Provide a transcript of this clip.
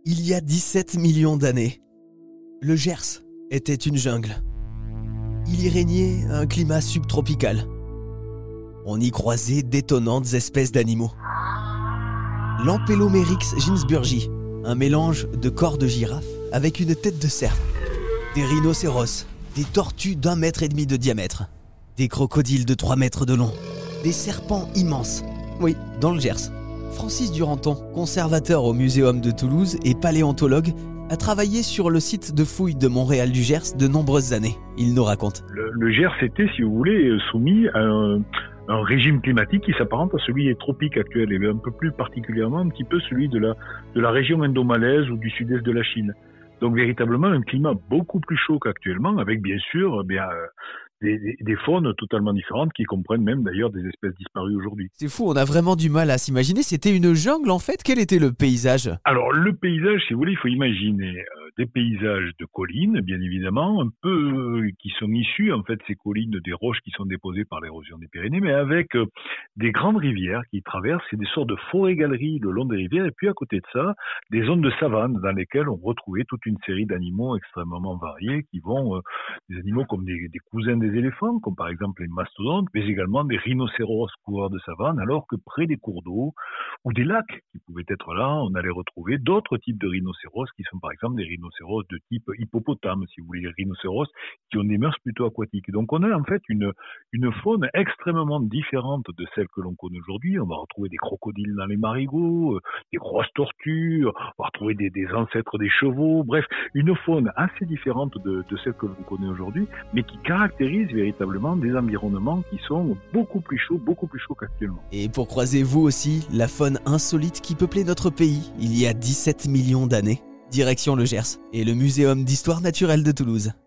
Il y a 17 millions d'années, le Gers était une jungle. Il y régnait un climat subtropical. On y croisait d'étonnantes espèces d'animaux. L'Ampelomérix ginsburgi, un mélange de corps de girafe avec une tête de cerf. Des rhinocéros, des tortues d'1,5 mètre de diamètre, des crocodiles de 3 mètres de long, des serpents immenses. Oui, dans le Gers. Francis Duranton, conservateur au Muséum de Toulouse et paléontologue, a travaillé sur le site de fouilles de Montréal du Gers de nombreuses années. Il nous raconte. Le Gers était, si vous voulez, soumis à un régime climatique qui s'apparente à celui des tropiques actuels et un peu plus particulièrement un petit peu celui de la région indo-malaise ou du sud-est de la Chine. Donc véritablement un climat beaucoup plus chaud qu'actuellement, avec bien sûr des faunes totalement différentes qui comprennent même d'ailleurs des espèces disparues aujourd'hui. C'est fou, on a vraiment du mal à s'imaginer. C'était une jungle en fait. Quel était le paysage ? Alors le paysage, si vous voulez, il faut imaginer des paysages de collines, bien évidemment, un peu qui sont issus en fait ces collines des roches qui sont déposées par l'érosion des Pyrénées, mais avec des grandes rivières qui traversent, c'est des sortes de forêts-galeries le long des rivières, et puis à côté de ça, des zones de savane dans lesquelles on retrouvait toute une série d'animaux extrêmement variés qui vont des animaux comme des cousins des éléphants, comme par exemple les mastodontes, mais également des rhinocéros coureurs de savane, alors que près des cours d'eau ou des lacs qui pouvaient être là, on allait retrouver d'autres types de rhinocéros qui sont par exemple des rhinocéros de type hippopotame, si vous voulez, les rhinocéros qui ont des mœurs plutôt aquatiques. Donc on a en fait une faune extrêmement différente de celle que l'on connaît aujourd'hui. On va retrouver des crocodiles dans les marigots, des grosses tortues, on va retrouver des ancêtres des chevaux, bref, une faune assez différente de celle que l'on connaît aujourd'hui, mais qui caractérise véritablement des environnements qui sont beaucoup plus chauds qu'actuellement. Et pour croiser vous aussi la faune insolite qui peuplait notre pays il y a 17 millions d'années, direction le Gers et le Muséum d'histoire naturelle de Toulouse.